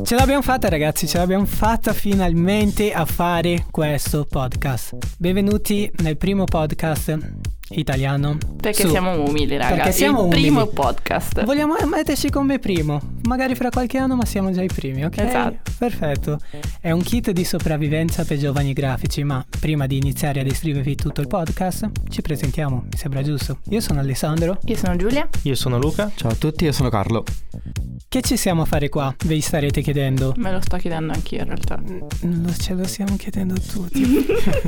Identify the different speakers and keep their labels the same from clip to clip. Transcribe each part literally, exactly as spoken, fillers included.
Speaker 1: Ce l'abbiamo fatta ragazzi, ce l'abbiamo fatta finalmente a fare questo podcast. Benvenuti nel primo podcast italiano.
Speaker 2: Perché
Speaker 1: su...
Speaker 2: siamo umili ragazzi.
Speaker 1: Perché siamo
Speaker 2: il
Speaker 1: umili.
Speaker 2: Primo podcast.
Speaker 1: Vogliamo metterci come primo, magari fra qualche anno, ma siamo già i primi, ok?
Speaker 2: Esatto.
Speaker 1: Perfetto. È un kit di sopravvivenza per giovani grafici, ma prima di iniziare a descrivervi tutto il podcast ci presentiamo, mi sembra giusto. Io sono Alessandro.
Speaker 2: Io sono Giulia.
Speaker 3: Io sono Luca.
Speaker 4: Ciao a tutti, io sono Carlo.
Speaker 1: Che ci siamo a fare qua? Vi starete chiedendo.
Speaker 2: Me lo sto chiedendo anch'io in realtà.
Speaker 1: Lo, ce lo stiamo chiedendo tutti.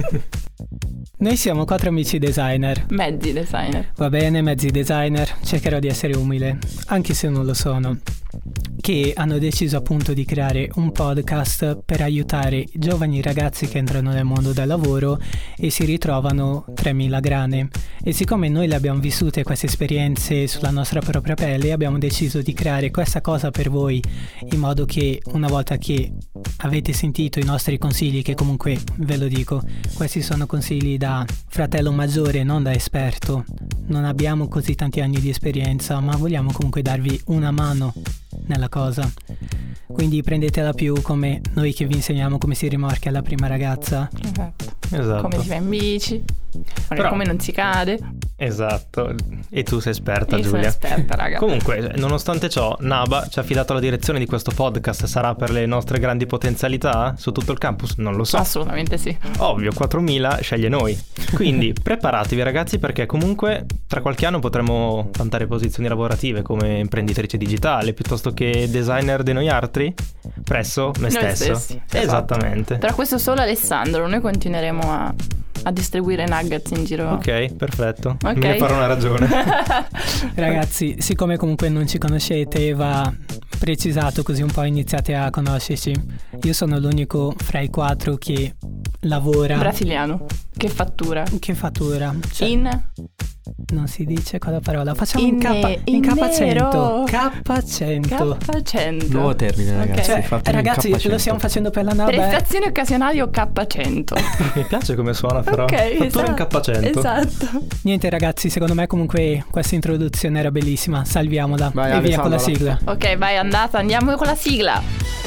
Speaker 1: Noi siamo quattro amici designer.
Speaker 2: Mezzi designer.
Speaker 1: Va bene, mezzi designer. Cercherò di essere umile, anche se non lo sono. Che hanno deciso appunto di creare un podcast per aiutare giovani ragazzi che entrano nel mondo del lavoro e si ritrovano tremila grane. E siccome noi le abbiamo vissute queste esperienze sulla nostra propria pelle, abbiamo deciso di creare questa cosa per voi, in modo che una volta che avete sentito i nostri consigli, che comunque ve lo dico, questi sono consigli da fratello maggiore, non da esperto, non abbiamo così tanti anni di esperienza, ma vogliamo comunque darvi una mano nella cosa. Quindi prendetela più come noi che vi insegniamo come si rimorchia la prima ragazza.
Speaker 2: Esatto.
Speaker 3: Esatto.
Speaker 2: Come si fa in bici,
Speaker 3: Però...
Speaker 2: come non si cade.
Speaker 3: Esatto. E tu sei esperta,
Speaker 2: Io
Speaker 3: Giulia.
Speaker 2: sono esperta, raga.
Speaker 3: Comunque, nonostante ciò, Naba ci ha affidato la direzione di questo podcast. Sarà per le nostre grandi potenzialità su tutto il campus? Non lo so.
Speaker 2: Assolutamente sì.
Speaker 3: Ovvio, quattromila sceglie noi. Quindi preparatevi ragazzi, perché comunque tra qualche anno potremo vantare posizioni lavorative come imprenditrice digitale piuttosto che designer di noi altri presso me
Speaker 2: Noi
Speaker 3: stesso.
Speaker 2: stessi.
Speaker 3: Esattamente.
Speaker 2: Però questo solo Alessandro. Noi continueremo a, a distribuire nuggets in giro.
Speaker 3: Ok, perfetto.
Speaker 2: Ok.
Speaker 3: Me ne farò una ragione.
Speaker 1: Ragazzi, siccome comunque non ci conoscete, va precisato così un po' iniziate a conoscerci. Io sono l'unico fra i quattro che lavora.
Speaker 2: Brasiliano. Che fattura.
Speaker 1: Che fattura? Cioè,
Speaker 2: In
Speaker 1: non si dice quella parola. Facciamo
Speaker 2: In
Speaker 1: un K,
Speaker 2: ne-
Speaker 1: in
Speaker 2: in
Speaker 1: K cento.
Speaker 2: nero.
Speaker 1: K cento.
Speaker 2: K cento.
Speaker 4: Nuovo termine, ragazzi.
Speaker 2: Ok.
Speaker 1: Cioè,
Speaker 4: Fatemi in
Speaker 1: ragazzi,
Speaker 4: K cento.
Speaker 1: lo stiamo facendo per la nave.
Speaker 2: Prestazioni occasionali o K cento.
Speaker 3: Mi piace come suona però.
Speaker 2: Ok,
Speaker 3: Fattura
Speaker 2: esatto.
Speaker 3: in K cento.
Speaker 2: Esatto.
Speaker 1: Niente ragazzi, secondo me comunque questa introduzione era bellissima. Salviamola.
Speaker 4: Vai,
Speaker 1: e
Speaker 4: Ale,
Speaker 1: via con la
Speaker 4: salvala.
Speaker 1: sigla.
Speaker 2: Ok, vai, andata, andiamo con la sigla.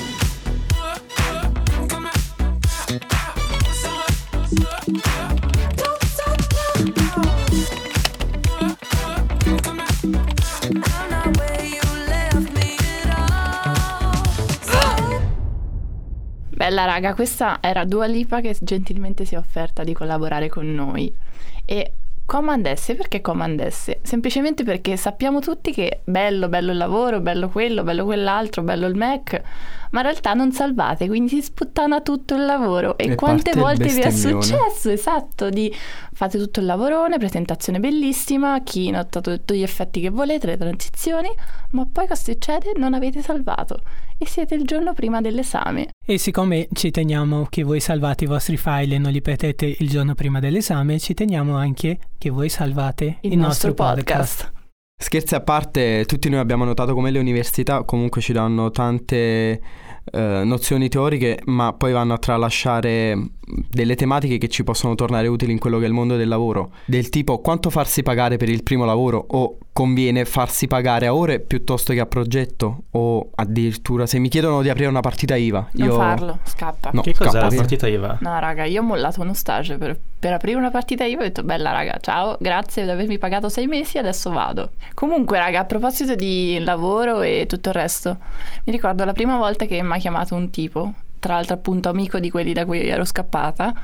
Speaker 2: Bella raga, questa era Dua Lipa che gentilmente si è offerta di collaborare con noi. E comandesse, perché comandesse? Semplicemente perché sappiamo tutti che bello, bello il lavoro, bello quello, bello quell'altro, bello il Mac, ma in realtà non salvate, quindi si sputtana tutto il lavoro. E,
Speaker 4: E
Speaker 2: quante
Speaker 4: parte il
Speaker 2: volte vi è
Speaker 4: bestemmione.
Speaker 2: successo, esatto, di fate tutto il lavorone, presentazione bellissima, keynote, tutti gli effetti che volete, le transizioni, ma poi cosa succede? Non avete salvato e siete il giorno prima dell'esame.
Speaker 1: E siccome ci teniamo che voi salvate i vostri file e non li perdete il giorno prima dell'esame, ci teniamo anche che voi salvate il,
Speaker 2: Il,
Speaker 1: nostro,
Speaker 2: nostro
Speaker 1: podcast.
Speaker 2: podcast.
Speaker 4: Scherzi a parte, tutti noi abbiamo notato come le università comunque ci danno tante eh, nozioni teoriche, ma poi vanno a tralasciare delle tematiche che ci possono tornare utili in quello che è il mondo del lavoro, del tipo quanto farsi pagare per il primo lavoro, o conviene farsi pagare a ore piuttosto che a progetto, o addirittura se mi chiedono di aprire una partita I V A
Speaker 2: Non
Speaker 4: io...
Speaker 2: farlo, scappa.
Speaker 4: No,
Speaker 3: Che cos'è
Speaker 4: scappa
Speaker 3: la
Speaker 4: via.
Speaker 3: partita I V A?
Speaker 2: No raga, io ho mollato uno stage per, per aprire una partita I V A. Ho detto bella raga, ciao, grazie di avermi pagato sei mesi, adesso vado. Comunque raga, a proposito di lavoro e tutto il resto, mi ricordo la prima volta che mi ha chiamato un tipo, tra l'altro appunto amico di quelli da cui ero scappata,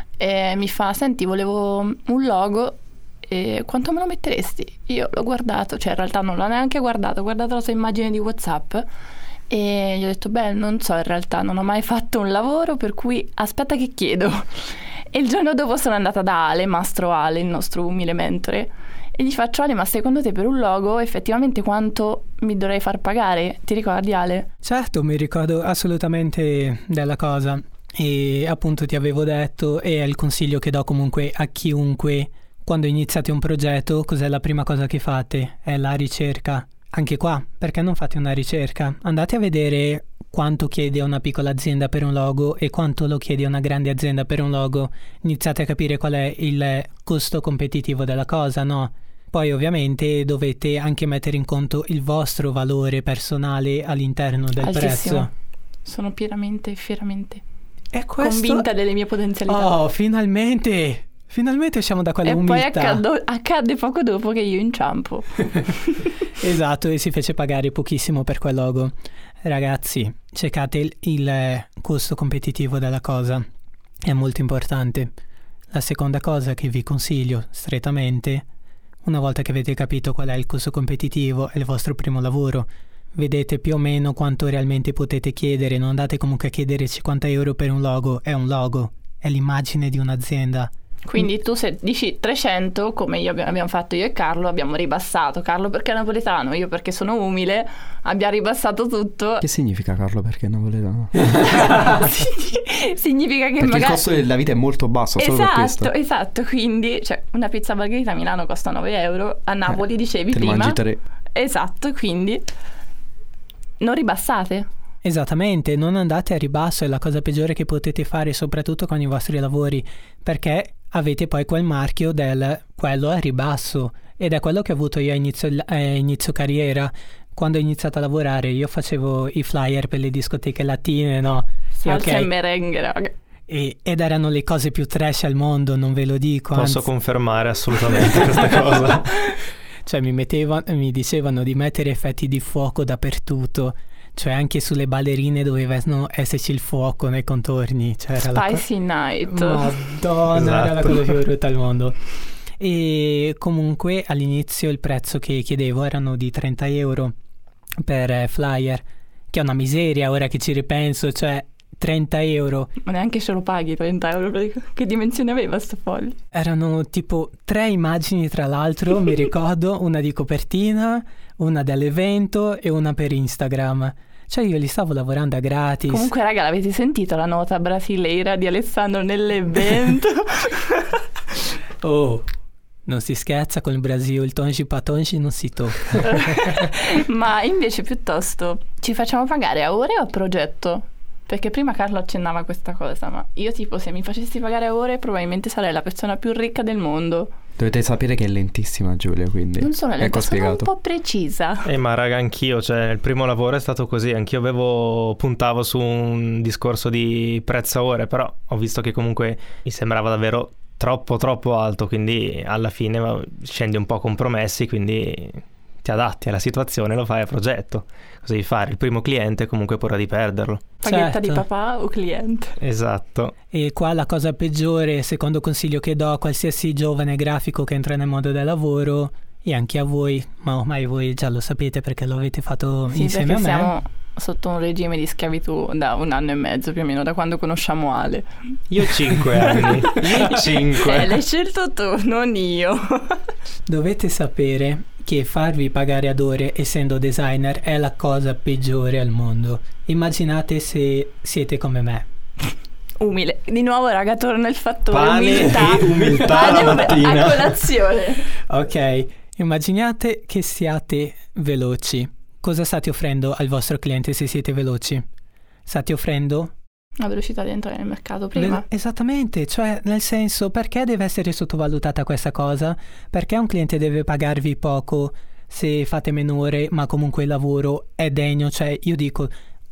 Speaker 2: e mi fa senti volevo un logo e quanto me lo metteresti? Io l'ho guardato, cioè in realtà non l'ho neanche guardato, ho guardato la sua immagine di WhatsApp e gli ho detto beh non so, in realtà non ho mai fatto un lavoro, per cui aspetta che chiedo. E il giorno dopo sono andata da Ale, Mastro Ale, il nostro umile mentore, e gli faccio Ale, ma secondo te per un logo effettivamente quanto mi dovrei far pagare? Ti ricordi Ale?
Speaker 1: Certo, mi ricordo assolutamente della cosa e appunto ti avevo detto, e è il consiglio che do comunque a chiunque quando iniziate un progetto, cos'è la prima cosa che fate? È la ricerca. Anche qua, perché non fate una ricerca? Andate a vedere quanto chiede una piccola azienda per un logo e quanto lo chiede una grande azienda per un logo. Iniziate a capire qual è il costo competitivo della cosa, no? Poi ovviamente dovete anche mettere in conto il vostro valore personale all'interno del
Speaker 2: Altissimo.
Speaker 1: prezzo.
Speaker 2: Sono pienamente e fieramente
Speaker 1: E questo...
Speaker 2: convinta delle mie potenzialità.
Speaker 1: Oh, finalmente! Finalmente usciamo da quella
Speaker 2: e
Speaker 1: umiltà.
Speaker 2: poi accadde, accadde poco dopo che io inciampo.
Speaker 1: Esatto, e si fece pagare pochissimo per quel logo. Ragazzi, cercate il, il costo competitivo della cosa, è molto importante. La seconda cosa che vi consiglio strettamente, una volta che avete capito qual è il costo competitivo e il vostro primo lavoro, vedete più o meno quanto realmente potete chiedere, non andate comunque a chiedere cinquanta euro per un logo, è un logo, è l'immagine di un'azienda.
Speaker 2: Quindi tu se dici trecento, come io abbiamo fatto io e Carlo, abbiamo ribassato. Carlo perché è napoletano, io perché sono umile, abbiamo ribassato tutto.
Speaker 4: Che significa Carlo perché è napoletano?
Speaker 2: Significa che
Speaker 4: perché
Speaker 2: magari
Speaker 4: il costo della vita è molto basso, solo per questo.
Speaker 2: Esatto, esatto, quindi cioè, una pizza margherita a Milano costa nove euro, a Napoli eh, dicevi
Speaker 4: te
Speaker 2: prima.
Speaker 4: Te ne mangi tre.
Speaker 2: Esatto, quindi non ribassate.
Speaker 1: Esattamente, non andate a ribasso, è la cosa peggiore che potete fare, soprattutto con i vostri lavori, perché avete poi quel marchio del quello a ribasso, ed è quello che ho avuto io a inizio, a inizio carriera. Quando ho iniziato a lavorare io facevo i flyer per le discoteche latine, no?
Speaker 2: Salsa
Speaker 1: okay.
Speaker 2: e merengue, raga.
Speaker 1: E, ed erano le cose più trash al mondo, non ve lo dico.
Speaker 3: Posso
Speaker 1: anzi.
Speaker 3: confermare assolutamente questa cosa.
Speaker 1: Cioè mi, metteva, mi dicevano di mettere effetti di fuoco dappertutto. Cioè anche sulle ballerine dovevano esserci il fuoco nei contorni. Cioè, era
Speaker 2: Spicy
Speaker 1: la co-
Speaker 2: Night.
Speaker 1: Madonna,
Speaker 3: esatto.
Speaker 1: Era la cosa più brutta al mondo. E comunque all'inizio il prezzo che chiedevo erano di trenta euro per flyer, che è una miseria ora che ci ripenso, cioè trenta euro.
Speaker 2: Ma neanche se lo paghi trenta euro, che dimensione aveva sto foglio?
Speaker 1: Erano tipo tre immagini tra l'altro, mi ricordo, una di copertina, una dell'evento e una per Instagram. Cioè io li stavo lavorando a gratis.
Speaker 2: Comunque raga, l'avete sentito la nota brasileira di Alessandro nell'evento?
Speaker 1: Oh, non si scherza con il Brasile, il tongi patongi non si tocca.
Speaker 2: Ma invece piuttosto ci facciamo pagare a ore o a progetto? Perché prima Carlo accennava questa cosa, ma io tipo se mi facessi pagare a ore probabilmente sarei la persona più ricca del mondo.
Speaker 4: Dovete sapere che è lentissima Giulia, quindi
Speaker 2: non sono lenta,
Speaker 4: ecco
Speaker 2: sono
Speaker 4: spiegato.
Speaker 2: un po' precisa.
Speaker 3: Eh ma raga, anch'io, cioè il primo lavoro è stato così, anch'io avevo puntavo su un discorso di prezzo a ore, però ho visto che comunque mi sembrava davvero troppo troppo alto, quindi alla fine scendi un po' a compromessi, quindi ti adatti alla situazione, lo fai a progetto. Cosa devi fare? Il primo cliente comunque paura di perderlo.
Speaker 2: Paghetta
Speaker 1: Certo.
Speaker 2: di papà o cliente?
Speaker 3: Esatto.
Speaker 1: E qua la cosa peggiore, secondo consiglio che do a qualsiasi giovane grafico che entra nel mondo del lavoro, e anche a voi, ma ormai voi già lo sapete perché lo avete fatto
Speaker 2: Sì,
Speaker 1: insieme a
Speaker 2: perché
Speaker 1: me.
Speaker 2: siamo sotto un regime di schiavitù da un anno e mezzo più o meno, da quando conosciamo Ale.
Speaker 3: Io cinque anni. Io cinque.
Speaker 2: Eh, l'hai scelto tu, non io.
Speaker 1: Dovete sapere che farvi pagare ad ore essendo designer è la cosa peggiore al mondo. Immaginate se siete come me.
Speaker 2: Umile. Di nuovo raga, torna il fattore
Speaker 3: Pane
Speaker 2: umiltà.
Speaker 3: e umiltà
Speaker 2: Pane
Speaker 3: la
Speaker 2: e-
Speaker 3: mattina.
Speaker 2: a colazione.
Speaker 1: Ok, immaginate che siate veloci. Cosa state offrendo al vostro cliente se siete veloci? State offrendo
Speaker 2: La velocità di entrare nel mercato prima.
Speaker 1: Le- esattamente, cioè nel senso, perché deve essere sottovalutata questa cosa? Perché un cliente deve pagarvi poco se fate meno ore, ma comunque il lavoro è degno? Cioè io dico,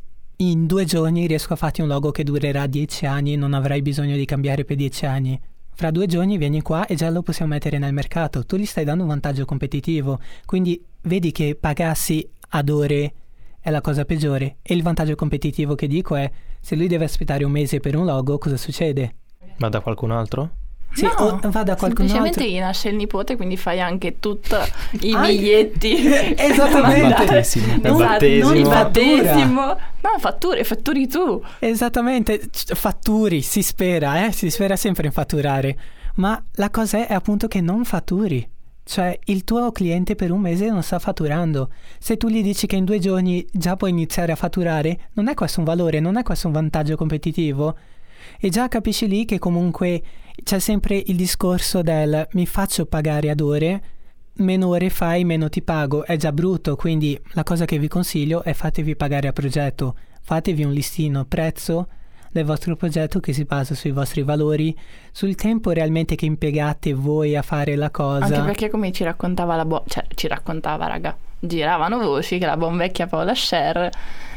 Speaker 1: in due giorni riesco a farti un logo che durerà dieci anni e non avrai bisogno di cambiare per dieci anni. Fra due giorni vieni qua e già lo possiamo mettere nel mercato. Tu gli stai dando un vantaggio competitivo, quindi vedi che pagassi ad ore è la cosa peggiore. E il vantaggio competitivo che dico è, se lui deve aspettare un mese per un logo, cosa succede?
Speaker 3: Ma da qualcun altro?
Speaker 1: Sì,
Speaker 2: No,
Speaker 1: o va da qualcun
Speaker 2: semplicemente
Speaker 1: altro.
Speaker 2: gli nasce il nipote, quindi fai anche tutti i
Speaker 1: Ah,
Speaker 2: biglietti.
Speaker 1: esattamente.
Speaker 2: Mandare.
Speaker 4: Battesimo.
Speaker 1: Non-
Speaker 2: Esatto,
Speaker 3: battesimo.
Speaker 2: non il
Speaker 1: Fattura.
Speaker 2: battesimo. No, fatture, fatturi tu.
Speaker 1: Esattamente, c- fatturi, si spera, eh? Si spera sempre in fatturare. Ma la cosa è, è appunto che non fatturi. Cioè, il tuo cliente per un mese non sta fatturando. Se tu gli dici che in due giorni già puoi iniziare a fatturare, non è questo un valore, non è questo un vantaggio competitivo? E già capisci lì che comunque c'è sempre il discorso del mi faccio pagare ad ore, meno ore fai, meno ti pago. È già brutto, quindi la cosa che vi consiglio è fatevi pagare a progetto. Fatevi un listino prezzo del vostro progetto che si basa sui vostri valori, sul tempo realmente che impiegate voi a fare la cosa.
Speaker 2: Anche perché come ci raccontava la buona, cioè ci raccontava raga, giravano voci che la buon vecchia Paola Scher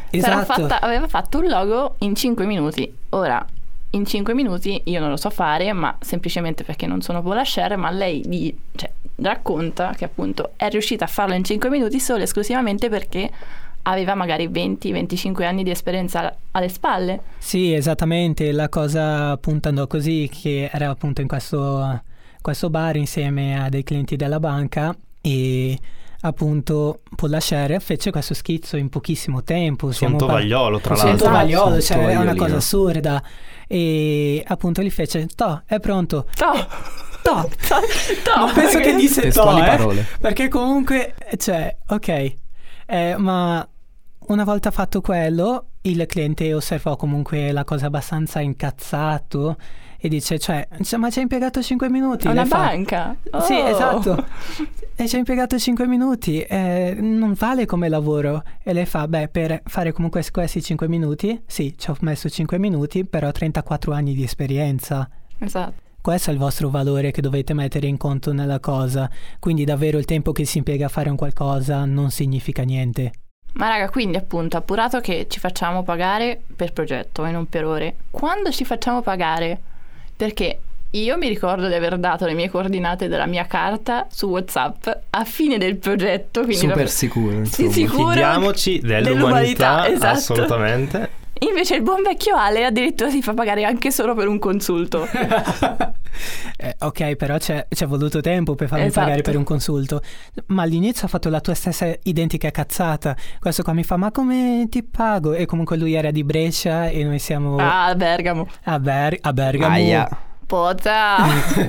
Speaker 1: Esatto.
Speaker 2: Fatta, aveva fatto un logo in cinque minuti. Ora, in cinque minuti io non lo so fare, ma semplicemente perché non sono Paula Scher, ma lei di, cioè, racconta che appunto è riuscita a farlo in cinque minuti solo e esclusivamente perché aveva magari venti venticinque anni di esperienza alle spalle.
Speaker 1: Sì, esattamente, la cosa appunto andò così, che era appunto in questo, questo bar insieme a dei clienti della banca e appunto Paula Scher fece questo schizzo in pochissimo tempo.
Speaker 3: Su un tovagliolo, tra
Speaker 1: Su un
Speaker 3: l'altro.
Speaker 1: tovagliolo,
Speaker 4: Su un
Speaker 1: cioè è una
Speaker 4: tovagliolino.
Speaker 1: cosa assurda. E appunto gli fece, toh, è pronto.
Speaker 2: Toh,
Speaker 1: Toh.
Speaker 2: toh,
Speaker 1: Ma penso che disse
Speaker 4: Testuali
Speaker 1: toh, eh?
Speaker 4: parole.
Speaker 1: Perché comunque, cioè, ok, eh, ma una volta fatto quello, il cliente osservò comunque la cosa abbastanza incazzato e dice, cioè, cioè, ma ci ha impiegato cinque minuti.
Speaker 2: È una
Speaker 1: Lei fa,
Speaker 2: banca. Oh.
Speaker 1: Sì, esatto. E ci ha impiegato cinque minuti, eh, non vale come lavoro. E lei fa, beh, per fare comunque questi cinque minuti, sì, ci ho messo cinque minuti, però ho trentaquattro anni di esperienza.
Speaker 2: Esatto.
Speaker 1: Questo è il vostro valore che dovete mettere in conto nella cosa. Quindi davvero il tempo che si impiega a fare un qualcosa non significa niente.
Speaker 2: Ma raga, quindi appunto, appurato che ci facciamo pagare per progetto e non per ore, quando ci facciamo pagare? Perché io mi ricordo di aver dato le mie coordinate della mia carta su WhatsApp a fine del progetto. Quindi
Speaker 4: Super
Speaker 2: proprio-
Speaker 4: sicuro,
Speaker 2: Sì,
Speaker 4: insomma.
Speaker 2: sicuro.
Speaker 3: Fidiamoci dell'umanità,
Speaker 2: dell'umanità, esatto.
Speaker 3: assolutamente.
Speaker 2: Invece il buon vecchio Ale addirittura si fa pagare anche solo per un consulto.
Speaker 1: Eh, ok, però c'è, c'è voluto tempo per farmi
Speaker 2: Esatto.
Speaker 1: pagare per un consulto. Ma all'inizio ha fatto la tua stessa identica cazzata. Questo qua mi fa, ma come ti pago? E comunque lui era di Brescia e noi siamo
Speaker 2: Ah, Bergamo.
Speaker 1: a, Ber- a Bergamo.
Speaker 4: Aia.
Speaker 2: Pota.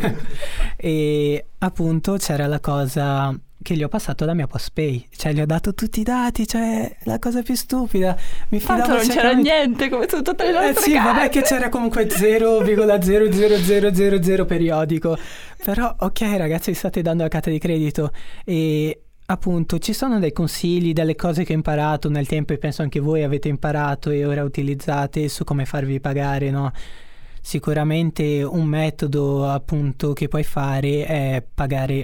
Speaker 1: E appunto c'era la cosa che gli ho passato la mia postpay, cioè gli ho dato tutti i dati, cioè la cosa più stupida. Mi
Speaker 2: Tanto
Speaker 1: fidavo
Speaker 2: non c'era
Speaker 1: ciecamente.
Speaker 2: niente come su tutte le nostre
Speaker 1: Eh sì,
Speaker 2: carte.
Speaker 1: vabbè che c'era comunque zero virgola zero zero zero zero zero periodico. Però ok ragazzi, state dando la carta di credito e appunto ci sono dei consigli, delle cose che ho imparato nel tempo e penso anche voi avete imparato e ora utilizzate su come farvi pagare, no? Sicuramente un metodo appunto che puoi fare è pagare,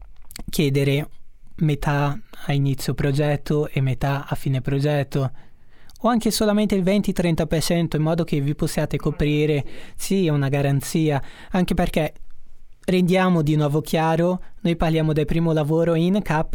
Speaker 1: chiedere metà a inizio progetto e metà a fine progetto, o anche solamente il venti trenta per cento in modo che vi possiate coprire. Sì, è una garanzia, anche perché rendiamo di nuovo chiaro, noi parliamo del primo lavoro in K.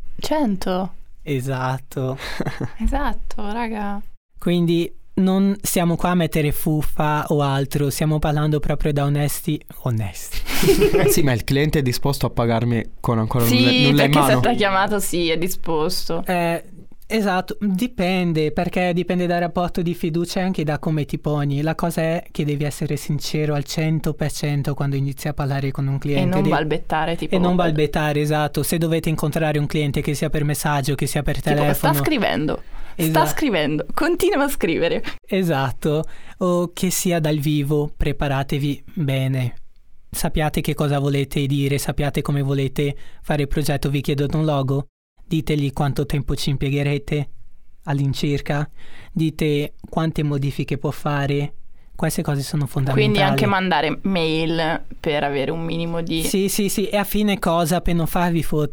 Speaker 2: cento.
Speaker 1: Esatto.
Speaker 2: Esatto, raga.
Speaker 1: Quindi non siamo qua a mettere fuffa o altro, stiamo parlando proprio da onesti. Onesti.
Speaker 4: Sì, ma il cliente è disposto a pagarmi con ancora
Speaker 2: Sì,
Speaker 4: nulla, nulla in
Speaker 2: perché se
Speaker 4: mano.
Speaker 2: ti ha chiamato sì, è disposto.
Speaker 1: Eh, esatto, dipende, perché dipende dal rapporto di fiducia e anche da come ti poni. La cosa è che devi essere sincero al cento per cento quando inizi a parlare con un cliente.
Speaker 2: E non
Speaker 1: Devi-
Speaker 2: balbettare tipo.
Speaker 1: E non balbettare, esatto. Se dovete incontrare un cliente, che sia per messaggio, che sia per
Speaker 2: Tipo,
Speaker 1: telefono.
Speaker 2: sta scrivendo. Sta
Speaker 1: Esatto.
Speaker 2: scrivendo. Continua a scrivere.
Speaker 1: Esatto, o che sia dal vivo, preparatevi bene. Sappiate che cosa volete dire, sappiate come volete fare il progetto. Vi chiedono un logo, ditegli quanto tempo ci impiegherete all'incirca, dite quante modifiche può fare. Queste cose sono fondamentali.
Speaker 2: Quindi anche mandare mail per avere un minimo di...
Speaker 1: Sì, sì, sì, e a fine cosa, per non farvi fo-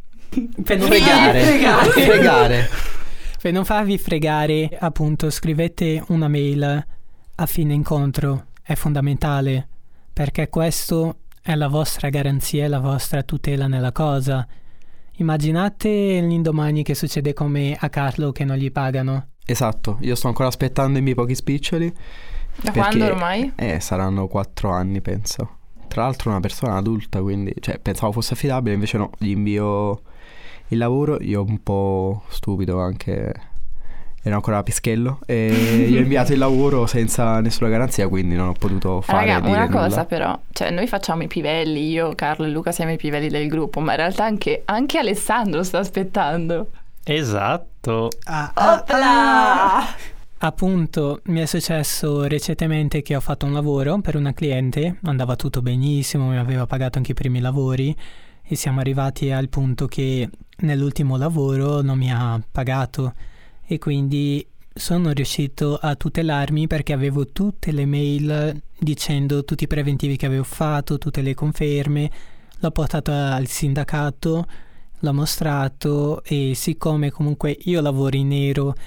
Speaker 1: per non
Speaker 4: Fregare.
Speaker 1: fregare.
Speaker 4: Fregare.
Speaker 1: Per non farvi fregare, appunto, scrivete una mail a fine incontro, è fondamentale, perché questo è la vostra garanzia e la vostra tutela nella cosa. Immaginate l'indomani che succede come a Carlo, che non gli pagano.
Speaker 4: Esatto, io sto ancora aspettando i miei pochi spiccioli.
Speaker 2: Da
Speaker 4: perché,
Speaker 2: quando ormai?
Speaker 4: Eh, saranno quattro anni, penso. Tra l'altro una persona adulta, quindi, cioè, pensavo fosse affidabile, invece no, gli invio il lavoro, io un po' stupido anche, ero ancora a Pischello, e gli ho inviato il lavoro senza nessuna garanzia, quindi non ho potuto fare
Speaker 2: Raga,
Speaker 4: dire
Speaker 2: una cosa
Speaker 4: nulla.
Speaker 2: però, cioè noi facciamo i pivelli, io, Carlo e Luca siamo i pivelli del gruppo, ma in realtà anche, anche Alessandro sta aspettando.
Speaker 3: Esatto.
Speaker 1: Ah,
Speaker 2: Opla!
Speaker 1: Appunto, mi è successo recentemente che ho fatto un lavoro per una cliente, andava tutto benissimo, mi aveva pagato anche i primi lavori e siamo arrivati al punto che nell'ultimo lavoro non mi ha pagato e quindi sono riuscito a tutelarmi perché avevo tutte le mail dicendo tutti i preventivi che avevo fatto, tutte le conferme, l'ho portato al sindacato, l'ho mostrato e siccome comunque io lavoro in nero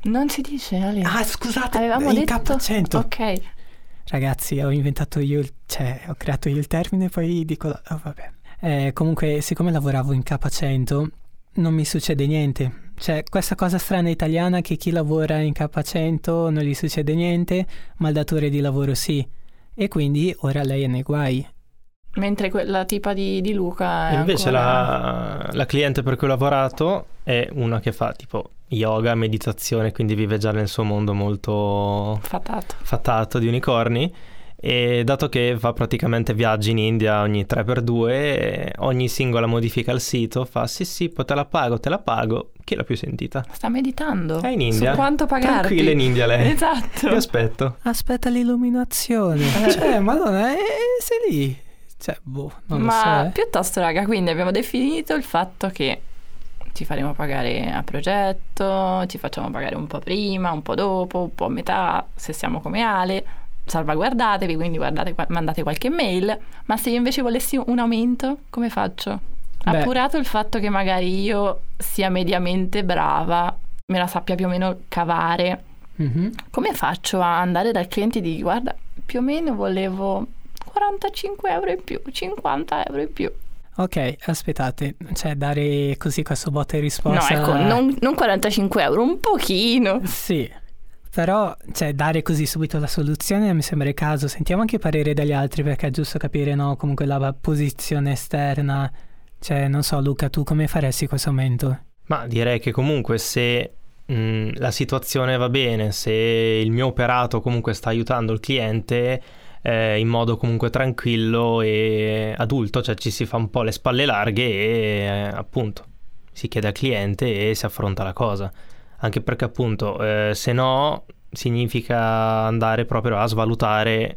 Speaker 2: Non si dice, Ale.
Speaker 1: Ah, scusate,
Speaker 2: avevamo
Speaker 1: in
Speaker 2: detto
Speaker 1: K cento.
Speaker 2: Ok.
Speaker 1: Ragazzi, ho inventato io, il, cioè ho creato io il termine, poi dico, oh, vabbè. Eh, comunque, siccome lavoravo in K cento, non mi succede niente. Cioè, questa cosa strana italiana che chi lavora in K cento non gli succede niente, ma il datore di lavoro sì. E quindi ora lei è nei guai.
Speaker 2: Mentre quella tipa di, di Luca è
Speaker 3: Invece
Speaker 2: ancora...
Speaker 3: la, la cliente per cui ho lavorato è una che fa tipo yoga, meditazione, quindi vive già nel suo mondo molto
Speaker 2: Fatato.
Speaker 3: fatato di unicorni, e dato che fa praticamente viaggi in India ogni tre per due, ogni singola modifica al sito fa sì sì, poi te la pago, te la pago. Chi è la più sentita?
Speaker 2: Sta meditando.
Speaker 3: È in India.
Speaker 2: Su quanto pagarti.
Speaker 3: Tranquilla in India lei.
Speaker 2: Esatto.
Speaker 3: Ti aspetto.
Speaker 1: Aspetta l'illuminazione. Cioè, madonna, eh, sei lì. Cioè, boh, non
Speaker 2: Ma
Speaker 1: lo so. Eh.
Speaker 2: piuttosto, raga, quindi abbiamo definito il fatto che ci faremo pagare a progetto, ci facciamo pagare un po' prima, un po' dopo, un po' a metà, se siamo come Ale. Salvaguardatevi, quindi guardate, mandate qualche mail. Ma se io invece volessi un aumento, come faccio?
Speaker 1: Beh.
Speaker 2: Appurato il fatto che magari io sia mediamente brava, me la sappia più o meno cavare,
Speaker 1: Mm-hmm.
Speaker 2: come faccio a andare dal cliente e di guarda, più o meno volevo quarantacinque euro in più, cinquanta euro in più.
Speaker 1: Ok, aspettate, cioè dare così questo botta e
Speaker 2: No,
Speaker 1: risposta.
Speaker 2: ecco, non, non quarantacinque euro, un pochino.
Speaker 1: Sì, però cioè dare così subito la soluzione mi sembra il caso. Sentiamo anche i pareri degli altri, perché è giusto capire, no, comunque la posizione esterna. Cioè, non so, Luca, tu come faresti questo aumento?
Speaker 3: Ma direi che comunque se mh, la situazione va bene, se il mio operato comunque sta aiutando il cliente eh, in modo comunque tranquillo e adulto, cioè ci si fa un po' le spalle larghe e eh, appunto si chiede al cliente e si affronta la cosa. Anche perché appunto eh, se no significa andare proprio a svalutare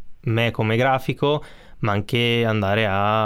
Speaker 3: me come grafico, ma anche andare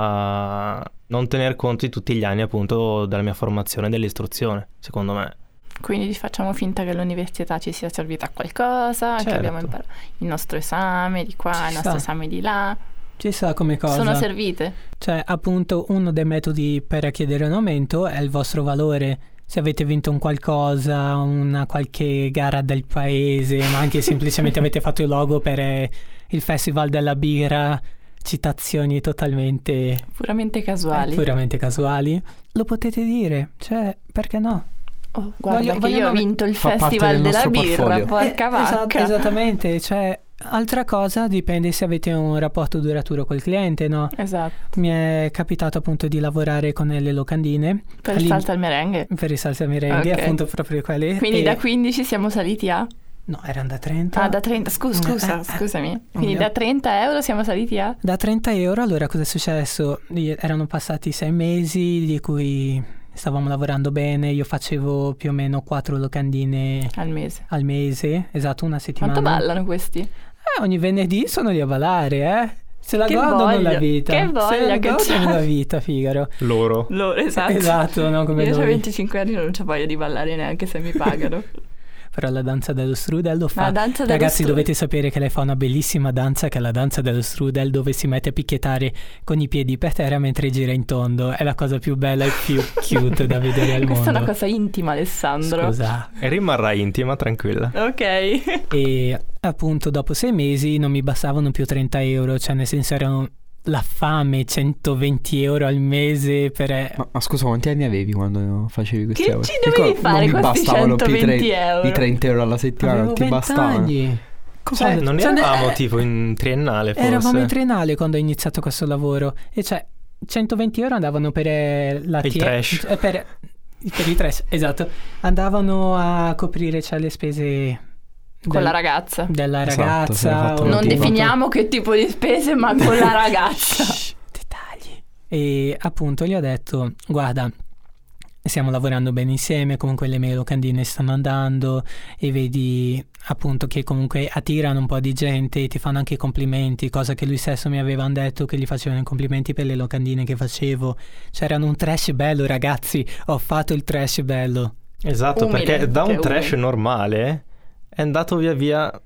Speaker 3: a non tener conto di tutti gli anni appunto della mia formazione e dell'istruzione, secondo me.
Speaker 2: Quindi facciamo finta che l'università ci sia servita a qualcosa,
Speaker 3: Certo.
Speaker 2: che abbiamo imparato il nostro esame di qua,
Speaker 1: Ci
Speaker 2: il nostro
Speaker 1: sta.
Speaker 2: esame di là.
Speaker 1: Ci sa come cosa?
Speaker 2: Sono servite?
Speaker 1: Cioè, appunto, uno dei metodi per chiedere un aumento è il vostro valore. Se avete vinto un qualcosa, una qualche gara del paese, ma anche semplicemente avete fatto il logo per eh, il Festival della Birra, citazioni totalmente
Speaker 2: Puramente casuali.
Speaker 1: eh, puramente casuali, lo potete dire, cioè, perché no?
Speaker 2: Oh, guarda
Speaker 1: Voglio-
Speaker 2: che
Speaker 1: voglio
Speaker 2: io ho
Speaker 1: nome-
Speaker 2: vinto il
Speaker 4: Fa parte
Speaker 2: Festival
Speaker 4: del
Speaker 2: della
Speaker 4: nostro
Speaker 2: birra,
Speaker 4: portfolio.
Speaker 2: porca
Speaker 1: Eh, esa-
Speaker 2: vacca.
Speaker 1: esattamente, cioè, altra cosa dipende se avete un rapporto duraturo col cliente, no?
Speaker 2: Esatto.
Speaker 1: Mi è capitato appunto di lavorare con le locandine
Speaker 2: Per il
Speaker 1: All'in-
Speaker 2: salsa al merengue.
Speaker 1: per i salsa merengue,
Speaker 2: Ok.
Speaker 1: appunto proprio quelli.
Speaker 2: Quindi
Speaker 1: E-
Speaker 2: da quindi siamo saliti a?
Speaker 1: No, erano da trenta.
Speaker 2: Ah, da trenta, scusa, scusa,
Speaker 1: Eh, eh,
Speaker 2: scusami. Quindi
Speaker 1: eh.
Speaker 2: da trenta euro siamo saliti a?
Speaker 1: Da trenta euro, allora cosa è successo? Io- Erano passati sei mesi di cui stavamo lavorando bene, io facevo più o meno quattro locandine
Speaker 2: Al mese.
Speaker 1: al mese, esatto, una settimana.
Speaker 2: Quanto ballano questi?
Speaker 1: Eh, ogni venerdì sono lì a ballare, eh. Se la
Speaker 2: Che
Speaker 1: godono
Speaker 2: voglia,
Speaker 1: la vita.
Speaker 2: che
Speaker 1: Se
Speaker 2: voglia
Speaker 1: la
Speaker 2: che
Speaker 1: godono
Speaker 2: c'ha.
Speaker 1: la vita, Figaro.
Speaker 3: Loro.
Speaker 2: Loro, esatto.
Speaker 1: Esatto, no, come
Speaker 2: Io ho
Speaker 1: noi.
Speaker 2: venticinque anni e non c'ho voglia di ballare neanche se mi pagano.
Speaker 1: Però la danza dello strudel lo fa.
Speaker 2: La danza dello
Speaker 1: Ragazzi,
Speaker 2: strudel.
Speaker 1: dovete sapere che lei fa una bellissima danza, che è la danza dello strudel, dove si mette a picchiettare con i piedi per terra mentre gira in tondo. È la cosa più bella e più cute da vedere al
Speaker 2: Questa è
Speaker 1: mondo.
Speaker 2: una cosa intima, Alessandro.
Speaker 1: Scusa.
Speaker 3: E rimarrà intima, tranquilla.
Speaker 2: Ok.
Speaker 1: E appunto dopo sei mesi non mi bastavano più trenta euro, cioè nel senso erano la fame, centoventi euro al mese per...
Speaker 4: Ma, ma scusa, quanti anni avevi quando facevi questi
Speaker 2: Che
Speaker 4: lavori?
Speaker 2: ci dovevi
Speaker 4: Dico,
Speaker 2: fare
Speaker 4: non mi
Speaker 2: questi
Speaker 4: bastavano più i
Speaker 2: centoventi
Speaker 4: tre-
Speaker 2: euro?
Speaker 4: i trenta euro alla settimana,
Speaker 1: Avevo
Speaker 4: non ti
Speaker 1: venti
Speaker 4: bastavano.
Speaker 1: anni.
Speaker 3: Cioè, non
Speaker 1: cioè,
Speaker 3: eravamo
Speaker 1: eh,
Speaker 3: tipo in triennale forse?
Speaker 1: Eravamo in triennale quando ho iniziato questo lavoro e cioè centoventi euro andavano per eh, la
Speaker 3: Il
Speaker 1: T-
Speaker 3: trash.
Speaker 1: eh, per, per il trash, esatto. Andavano a coprire cioè, le spese
Speaker 2: Con
Speaker 1: del-
Speaker 2: la ragazza.
Speaker 1: della
Speaker 4: Esatto,
Speaker 1: ragazza.
Speaker 4: se l'ha fatto
Speaker 1: o-
Speaker 2: Non
Speaker 4: motivato.
Speaker 2: definiamo che tipo di spese, ma con la ragazza.
Speaker 1: Shh, dettagli. E appunto gli ho detto, guarda, stiamo lavorando bene insieme, comunque le mie locandine stanno andando e vedi appunto che comunque attirano un po' di gente e ti fanno anche i complimenti, cosa che lui stesso mi aveva detto che gli facevano i complimenti per le locandine che facevo. C'erano un trash bello, ragazzi, ho fatto il trash bello.
Speaker 3: Esatto,
Speaker 2: Umile,
Speaker 3: perché da
Speaker 2: che
Speaker 3: un trash
Speaker 2: umile.
Speaker 3: normale è andato via via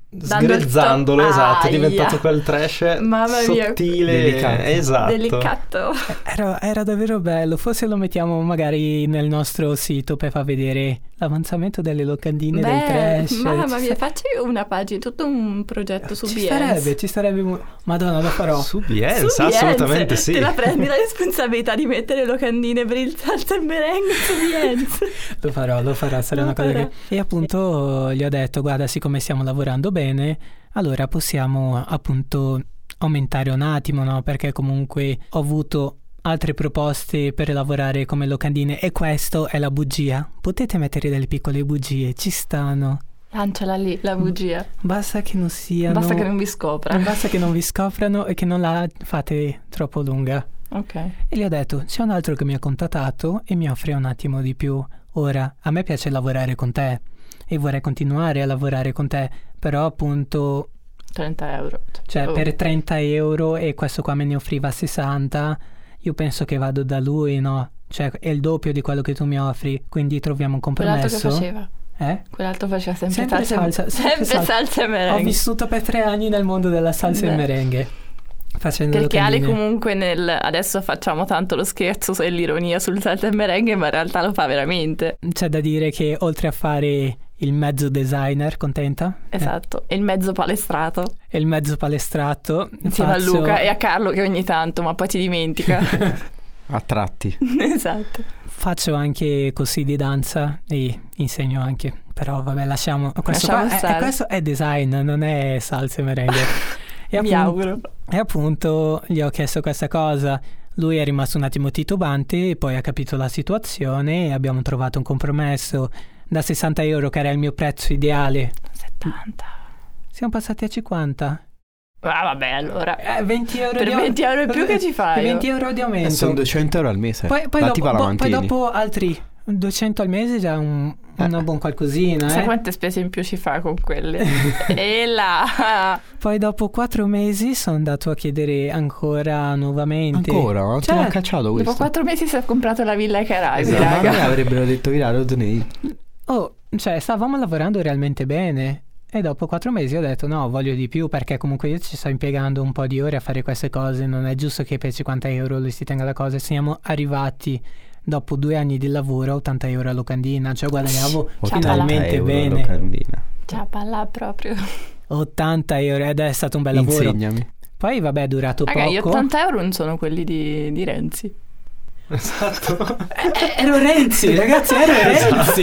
Speaker 3: sgrezzandolo,
Speaker 2: Dando il to-
Speaker 3: esatto, è
Speaker 2: Aia.
Speaker 3: diventato quel trash
Speaker 2: Mamma mia.
Speaker 3: sottile,
Speaker 4: Delicato.
Speaker 3: esatto.
Speaker 2: Delicato.
Speaker 1: Era, era davvero bello, forse lo mettiamo magari nel nostro sito per far vedere l'avanzamento delle locandine del
Speaker 2: Beh,
Speaker 1: trash.
Speaker 2: mamma
Speaker 1: Ci
Speaker 2: mia,
Speaker 1: sta-
Speaker 2: facci una pagina, tutto un progetto su
Speaker 1: ci
Speaker 2: Behance.
Speaker 1: starebbe, ci starebbe mo- Madonna, lo farò.
Speaker 3: Su Behance,
Speaker 2: Su
Speaker 3: assolutamente
Speaker 2: Behance.
Speaker 3: sì.
Speaker 2: Te la prendi la responsabilità di mettere locandine per il salsa e merengue su Behance.
Speaker 1: Lo farò, lo farò, sarà
Speaker 2: Lo
Speaker 1: una cosa
Speaker 2: farà.
Speaker 1: che... E appunto gli ho detto, guarda, siccome stiamo lavorando bene, allora possiamo appunto aumentare un attimo, no? Perché comunque ho avuto altre proposte per lavorare come locandine e questo è la bugia. Potete mettere delle piccole bugie, ci stanno.
Speaker 2: Lanciala lì, la bugia.
Speaker 1: Basta che non siano...
Speaker 2: Basta che non vi scopra.
Speaker 1: Basta che non vi scoprano e che non la fate troppo lunga.
Speaker 2: Ok.
Speaker 1: E gli ho detto, c'è un altro che mi ha contattato e mi offre un attimo di più. Ora, a me piace lavorare con te e vorrei continuare a lavorare con te, però appunto,
Speaker 2: trenta euro.
Speaker 1: cioè
Speaker 2: Oh.
Speaker 1: per trenta euro e questo qua me ne offriva sessanta, io penso che vado da lui, no? Cioè è il doppio di quello che tu mi offri, quindi troviamo un
Speaker 2: Quell'altro che
Speaker 1: compromesso.
Speaker 2: faceva?
Speaker 1: Eh?
Speaker 2: Quell'altro faceva sempre,
Speaker 1: Sempre
Speaker 2: salsa,
Speaker 1: salsa, sempre
Speaker 2: sempre
Speaker 1: salsa.
Speaker 2: salsa e merengue.
Speaker 1: Ho vissuto per tre anni nel mondo della salsa e
Speaker 2: Beh.
Speaker 1: merengue. Facendo
Speaker 2: Perché Ale
Speaker 1: locandine.
Speaker 2: comunque nel... adesso facciamo tanto lo scherzo e l'ironia sul salsa e merengue, ma in realtà lo fa veramente.
Speaker 1: C'è da dire che oltre a fare il mezzo designer, contenta?
Speaker 2: Esatto, e il mezzo palestrato
Speaker 1: E il mezzo palestrato.
Speaker 2: insieme
Speaker 1: faccio-
Speaker 2: a Luca e a Carlo che ogni tanto, ma poi ti dimentica.
Speaker 4: A tratti.
Speaker 2: Esatto.
Speaker 1: Faccio anche corsi di danza e insegno anche. Però vabbè, lasciamo. Questo,
Speaker 2: Lasciamo
Speaker 1: qua è,
Speaker 2: stare.
Speaker 1: è- questo è design, non è salsa e merengue. E
Speaker 2: Mi
Speaker 1: appunto-
Speaker 2: auguro.
Speaker 1: E appunto gli ho chiesto questa cosa. Lui è rimasto un attimo titubante, poi ha capito la situazione e abbiamo trovato un compromesso. Da sessanta euro, che era il mio prezzo ideale,
Speaker 2: settanta.
Speaker 1: siamo passati a cinquanta.
Speaker 2: Ah vabbè, allora.
Speaker 1: Eh, venti euro
Speaker 2: Per
Speaker 1: di
Speaker 2: venti euro in più che ci fai?
Speaker 1: venti euro di
Speaker 4: E
Speaker 1: aumento.
Speaker 4: sono duecento euro al mese.
Speaker 1: Poi, poi,
Speaker 4: Datti
Speaker 1: dopo,
Speaker 4: va la
Speaker 1: bo- poi
Speaker 4: mantini.
Speaker 1: dopo altri duecento al mese è già un, una buon qualcosina.
Speaker 2: Sai
Speaker 1: Eh?
Speaker 2: quante spese in più ci fa con quelle? E là.
Speaker 1: Poi dopo quattro mesi sono andato a chiedere ancora nuovamente.
Speaker 4: Ancora? Non te
Speaker 1: Cioè,
Speaker 4: l'ha cacciato questo?
Speaker 2: Dopo quattro mesi si è comprato la villa ai Caraibi,
Speaker 3: Esatto.
Speaker 4: Ma a me
Speaker 2: raga.
Speaker 4: avrebbero detto Viraro tu ne...
Speaker 1: Oh, cioè stavamo lavorando realmente bene. E dopo quattro mesi ho detto no, voglio di più perché comunque io ci sto impiegando un po' di ore a fare queste cose. Non è giusto che per cinquanta euro lui si tenga la cosa. Siamo arrivati dopo due anni di lavoro a ottanta euro a locandina. Cioè guadagnavo finalmente
Speaker 4: euro
Speaker 1: bene.
Speaker 4: locandina.
Speaker 2: Ciapa là proprio.
Speaker 1: ottanta euro ed è stato un bel lavoro.
Speaker 4: Insegnami.
Speaker 1: Poi vabbè è durato
Speaker 2: Raga, gli
Speaker 1: poco.
Speaker 2: ottanta euro non sono quelli di, di Renzi.
Speaker 3: Esatto.
Speaker 1: Eh, ero Renzi, ragazzi, ero Renzi.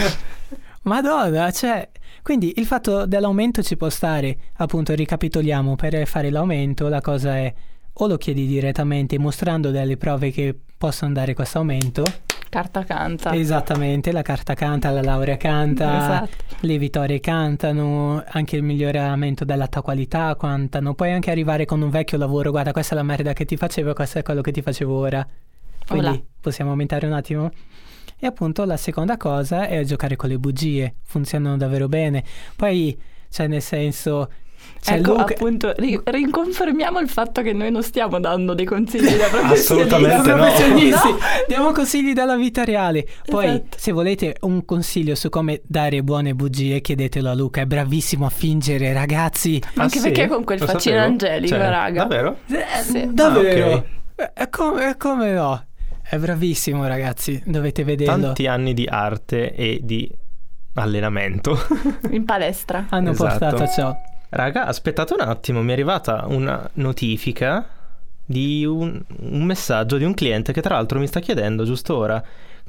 Speaker 1: Madonna, cioè, quindi il fatto dell'aumento ci può stare, appunto, ricapitoliamo, per fare l'aumento la cosa è o lo chiedi direttamente mostrando delle prove che possono dare questo aumento.
Speaker 2: Carta canta.
Speaker 1: Esattamente, la carta canta, la laurea canta,
Speaker 2: Esatto.
Speaker 1: le vittorie cantano, anche il miglioramento della tua qualità cantano. Puoi anche arrivare con un vecchio lavoro, guarda questa è la merda che ti facevo, questo è quello che ti facevo ora. Quindi
Speaker 2: Voilà.
Speaker 1: possiamo aumentare un attimo? E appunto la seconda cosa è giocare con le bugie, funzionano davvero bene. Poi, cioè nel senso... Cioè
Speaker 2: Ecco,
Speaker 1: Luca...
Speaker 2: appunto, ri- riconfermiamo il fatto che noi non stiamo dando dei consigli da professionisti.
Speaker 3: Assolutamente
Speaker 1: Da
Speaker 3: no.
Speaker 1: professionisti,
Speaker 2: No.
Speaker 1: diamo consigli dalla vita reale. Poi
Speaker 2: Esatto.
Speaker 1: se volete un consiglio su come dare buone bugie, chiedetelo a Luca, è bravissimo a fingere, ragazzi.
Speaker 2: Anche
Speaker 3: Ah,
Speaker 2: perché
Speaker 3: sì?
Speaker 2: con quel
Speaker 3: Lo
Speaker 2: faccino
Speaker 3: sapevo.
Speaker 2: angelico,
Speaker 3: Cioè,
Speaker 2: raga.
Speaker 3: Davvero?
Speaker 1: Eh,
Speaker 2: Sì.
Speaker 1: Davvero?
Speaker 3: Ah, ok.
Speaker 1: Eh, è come, è come no? È bravissimo, ragazzi, dovete vederlo.
Speaker 3: Tanti anni di arte e di allenamento.
Speaker 2: In palestra.
Speaker 1: Hanno
Speaker 3: Esatto.
Speaker 1: portato a ciò.
Speaker 3: Raga, aspettate un attimo, mi è arrivata una notifica di un, un messaggio di un cliente che tra l'altro mi sta chiedendo giusto ora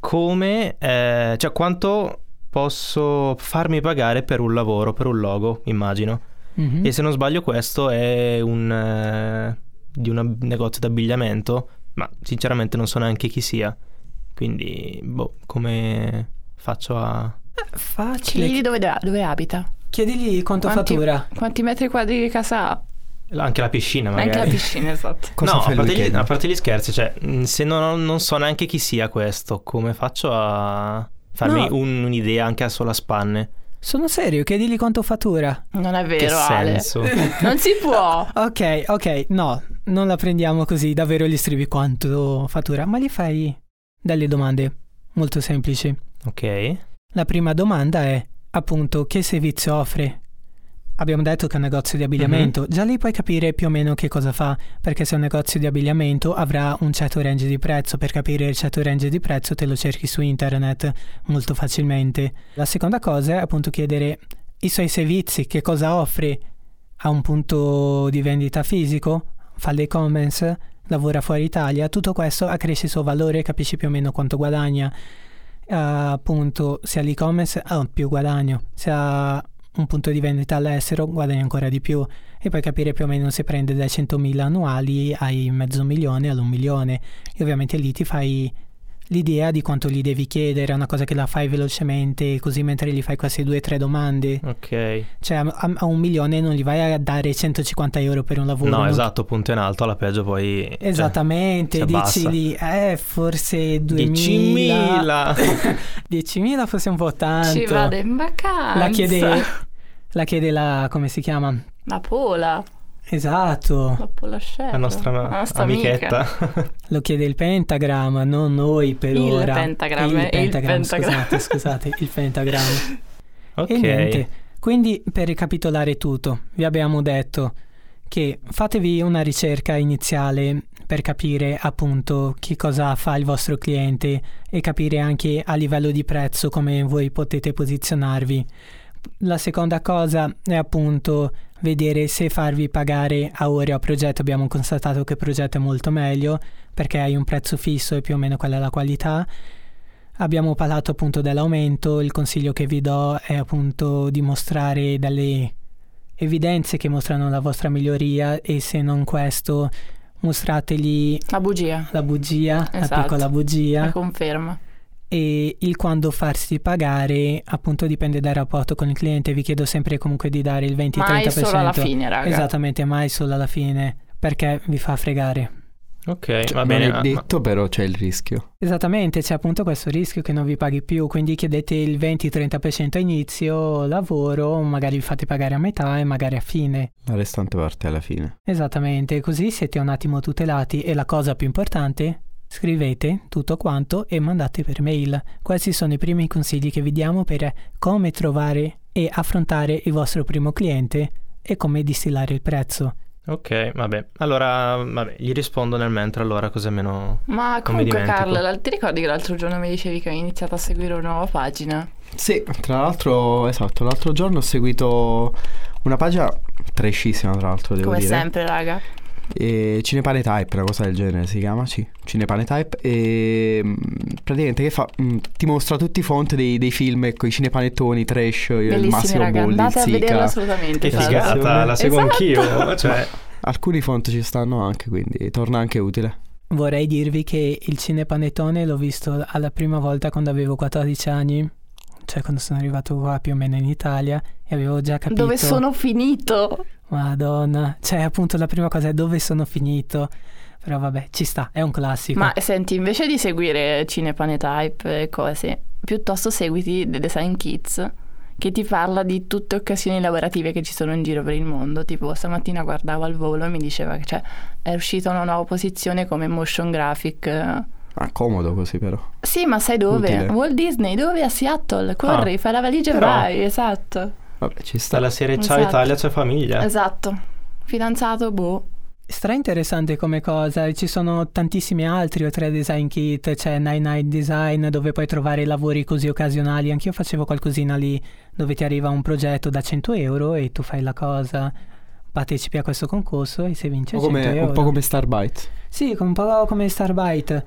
Speaker 3: come, eh, cioè quanto posso farmi pagare per un lavoro, per un logo, immagino.
Speaker 1: Mhm.
Speaker 3: E se non sbaglio questo è un eh, di un negozio d'abbigliamento, ma sinceramente non so neanche chi sia. Quindi, boh, come faccio a...
Speaker 1: Facile.
Speaker 2: Chiedi dove, dove abita.
Speaker 1: Chiedigli quanto
Speaker 2: Quanti-
Speaker 1: fattura.
Speaker 2: Quanti metri quadri di casa ha?
Speaker 3: Anche la piscina magari.
Speaker 2: Anche la piscina, esatto.
Speaker 4: Cosa
Speaker 3: no,
Speaker 4: fai
Speaker 3: a
Speaker 4: il
Speaker 3: parte, gli,
Speaker 4: weekend?
Speaker 3: a parte gli scherzi, cioè, mh, se non, non so neanche chi sia questo, come faccio a farmi
Speaker 1: No.
Speaker 3: un- un'idea anche a solo a spanne?
Speaker 1: Sono serio, chiedigli quanto fattura.
Speaker 2: Non è
Speaker 3: Che
Speaker 2: vero, Ale.
Speaker 3: senso?
Speaker 2: Non si può.
Speaker 1: Ok, ok, no, non la prendiamo così, davvero gli scrivi quanto fattura, ma gli fai delle domande molto semplici.
Speaker 3: Ok.
Speaker 1: La prima domanda è, appunto, che servizio offre? Abbiamo detto che è un negozio di abbigliamento, mm-hmm. già lì puoi capire più o meno che cosa fa, perché se è un negozio di abbigliamento avrà un certo range di prezzo. Per capire il certo range di prezzo te lo cerchi su internet molto facilmente. La seconda cosa è appunto chiedere i suoi servizi, che cosa offre. Ha un punto di vendita fisico, fa l'e-commerce, lavora fuori Italia, tutto questo accresce il suo valore, capisci più o meno quanto guadagna. Uh, appunto se ha l'e-commerce ha più guadagno, se ha un punto di vendita all'estero guadagni ancora di più, e puoi capire più o meno se prende dai centomila annuali ai mezzo milione all'un milione, e ovviamente lì ti fai l'idea di quanto gli devi chiedere. È una cosa che la fai velocemente, così mentre gli fai queste due o tre domande.
Speaker 3: Ok.
Speaker 1: Cioè a, a un milione non gli vai a dare centocinquanta euro per un lavoro.
Speaker 3: No,
Speaker 1: non...
Speaker 3: esatto, punto in alto, alla peggio poi...
Speaker 1: Esattamente,
Speaker 3: cioè,
Speaker 1: dici lì, eh, forse duemila.
Speaker 3: diecimila.
Speaker 1: diecimila forse un po' tanto.
Speaker 2: Ci vado in vacanza.
Speaker 1: La chiede, la chiede la, come si chiama?
Speaker 2: La Pola.
Speaker 1: Esatto.
Speaker 2: La Pola Chef.
Speaker 3: La nostra,
Speaker 2: la nostra
Speaker 3: amichetta.
Speaker 1: Lo chiede il Pentagram, non noi per
Speaker 2: il
Speaker 1: ora.
Speaker 2: Pentagram,
Speaker 1: il Pentagram.
Speaker 2: Il Pentagram.
Speaker 1: Scusate, scusate, il Pentagram.
Speaker 3: Ok.
Speaker 1: E niente. Quindi, per ricapitolare tutto, vi abbiamo detto che fatevi una ricerca iniziale per capire appunto che cosa fa il vostro cliente e capire anche a livello di prezzo come voi potete posizionarvi. La seconda cosa è appunto vedere se farvi pagare a ore o a progetto. Abbiamo constatato che progetto è molto meglio perché hai un prezzo fisso e più o meno quella è la qualità. Abbiamo parlato appunto dell'aumento. Il consiglio che vi do è appunto di mostrare delle evidenze che mostrano la vostra miglioria, e se non questo mostrategli
Speaker 2: la bugia,
Speaker 1: la bugia,
Speaker 2: esatto.
Speaker 1: La piccola bugia,
Speaker 2: la conferma.
Speaker 1: E il quando farsi pagare appunto dipende dal rapporto con il cliente. Vi chiedo sempre comunque di dare il venti-trenta per cento.
Speaker 2: Mai solo alla fine, raga.
Speaker 1: Esattamente, mai solo alla fine, perché vi fa fregare.
Speaker 3: Ok,
Speaker 4: cioè,
Speaker 3: va bene.
Speaker 4: Non è detto, ma... però c'è il rischio.
Speaker 1: Esattamente, c'è appunto questo rischio che non vi paghi più, quindi chiedete il venti-trenta per cento a inizio lavoro, magari vi fate pagare a metà e magari a fine.
Speaker 4: La restante parte alla fine.
Speaker 1: Esattamente, così siete un attimo tutelati. E la cosa più importante, scrivete tutto quanto e mandate per mail. Questi sono i primi consigli che vi diamo per come trovare e affrontare il vostro primo cliente e come distillare il prezzo.
Speaker 3: Ok, vabbè. Allora, vabbè, gli rispondo nel mentre, allora, così almeno.
Speaker 2: Ma comunque, Carl, ti ricordi che l'altro giorno mi dicevi che hai iniziato a seguire una nuova pagina?
Speaker 4: Sì, tra l'altro, esatto, l'altro giorno ho seguito una pagina trashissima, tra l'altro, devo
Speaker 2: come
Speaker 4: dire.
Speaker 2: Come sempre, raga.
Speaker 4: E Cinepane Type, una cosa del genere si chiama, sì, Cinepane Type. E praticamente che fa? Ti mostra tutti i font dei, dei film con i cinepanettoni trash.
Speaker 2: Bellissimi,
Speaker 4: il Massimo
Speaker 2: raga,
Speaker 4: Boldi,
Speaker 2: andate a
Speaker 4: Zika.
Speaker 2: vederlo assolutamente.
Speaker 3: Che figata, la seguo
Speaker 2: esatto.
Speaker 3: anch'io, cioè.
Speaker 4: Alcuni font ci stanno anche, quindi torna anche utile.
Speaker 1: Vorrei dirvi che il cinepanettone l'ho visto alla prima volta quando avevo quattordici anni, cioè quando sono arrivato qua più o meno in Italia, e avevo già capito
Speaker 2: dove sono finito.
Speaker 1: Madonna, cioè appunto la prima cosa è dove sono finito. Però vabbè, ci sta, è un classico.
Speaker 2: Ma senti, invece di seguire Cinepane Type e cose, piuttosto seguiti The Design Kids, che ti parla di tutte occasioni lavorative che ci sono in giro per il mondo. Tipo stamattina guardavo al volo e mi diceva che cioè, è uscita una nuova posizione come motion graphic.
Speaker 4: Ah, comodo così però.
Speaker 2: Sì, ma sai dove?
Speaker 4: Utile.
Speaker 2: Walt Disney, dove? A Seattle. Corri,
Speaker 3: Ah,
Speaker 2: fai la valigia e
Speaker 3: però...
Speaker 2: vai, esatto.
Speaker 4: Vabbè, ci sta.
Speaker 3: Dalla serie Ciao
Speaker 2: Esatto.
Speaker 3: Italia c'è famiglia.
Speaker 2: Esatto. Fidanzato, boh.
Speaker 1: Stra interessante come cosa, ci sono tantissimi altri oltre a Design Kit, c'è nine nine Design dove puoi trovare lavori così occasionali. Anch'io facevo qualcosina lì, dove ti arriva un progetto da cento euro e tu fai la cosa, partecipi a questo concorso e se vinci
Speaker 4: Un po' come,
Speaker 1: cento euro.
Speaker 4: un po' come Starbite.
Speaker 1: Sì, un po' come Starbite.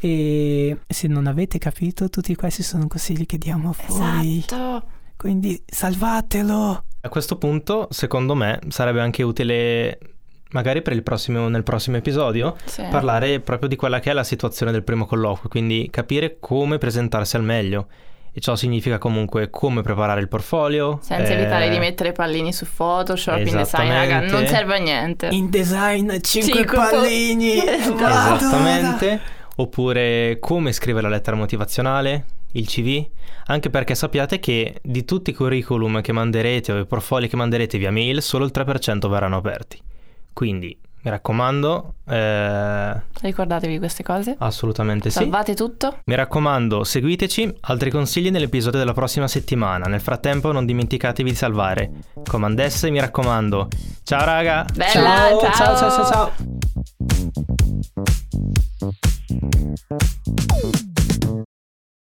Speaker 1: E se non avete capito, tutti questi sono consigli che diamo a voi.
Speaker 2: Esatto.
Speaker 1: Quindi salvatelo.
Speaker 3: A questo punto, secondo me, sarebbe anche utile, magari per il prossimo, nel prossimo episodio,
Speaker 2: Sì.
Speaker 3: parlare proprio di quella che è la situazione del primo colloquio, quindi capire come presentarsi al meglio. E ciò significa comunque come preparare il portfolio.
Speaker 2: Senza
Speaker 3: eh,
Speaker 2: evitare di mettere pallini su Photoshop, in design, raga, non
Speaker 3: Esattamente.
Speaker 2: serve a niente.
Speaker 1: In design cinque
Speaker 2: Cinque po-
Speaker 1: pallini.
Speaker 2: Esatto.
Speaker 3: Esattamente. Oppure come scrivere la lettera motivazionale, il C V, anche perché sappiate che di tutti i curriculum che manderete o i portfolio che manderete via mail solo il tre per cento verranno aperti. Quindi mi raccomando, eh...
Speaker 2: ricordatevi queste cose.
Speaker 3: Assolutamente sì.
Speaker 2: Salvate tutto.
Speaker 3: Mi raccomando, seguiteci. Altri consigli nell'episodio della prossima settimana. Nel frattempo non dimenticatevi di salvare. Comandesse, mi raccomando. Ciao raga.
Speaker 2: Bella,
Speaker 1: ciao,
Speaker 2: ciao,
Speaker 1: ciao, ciao, ciao. ciao.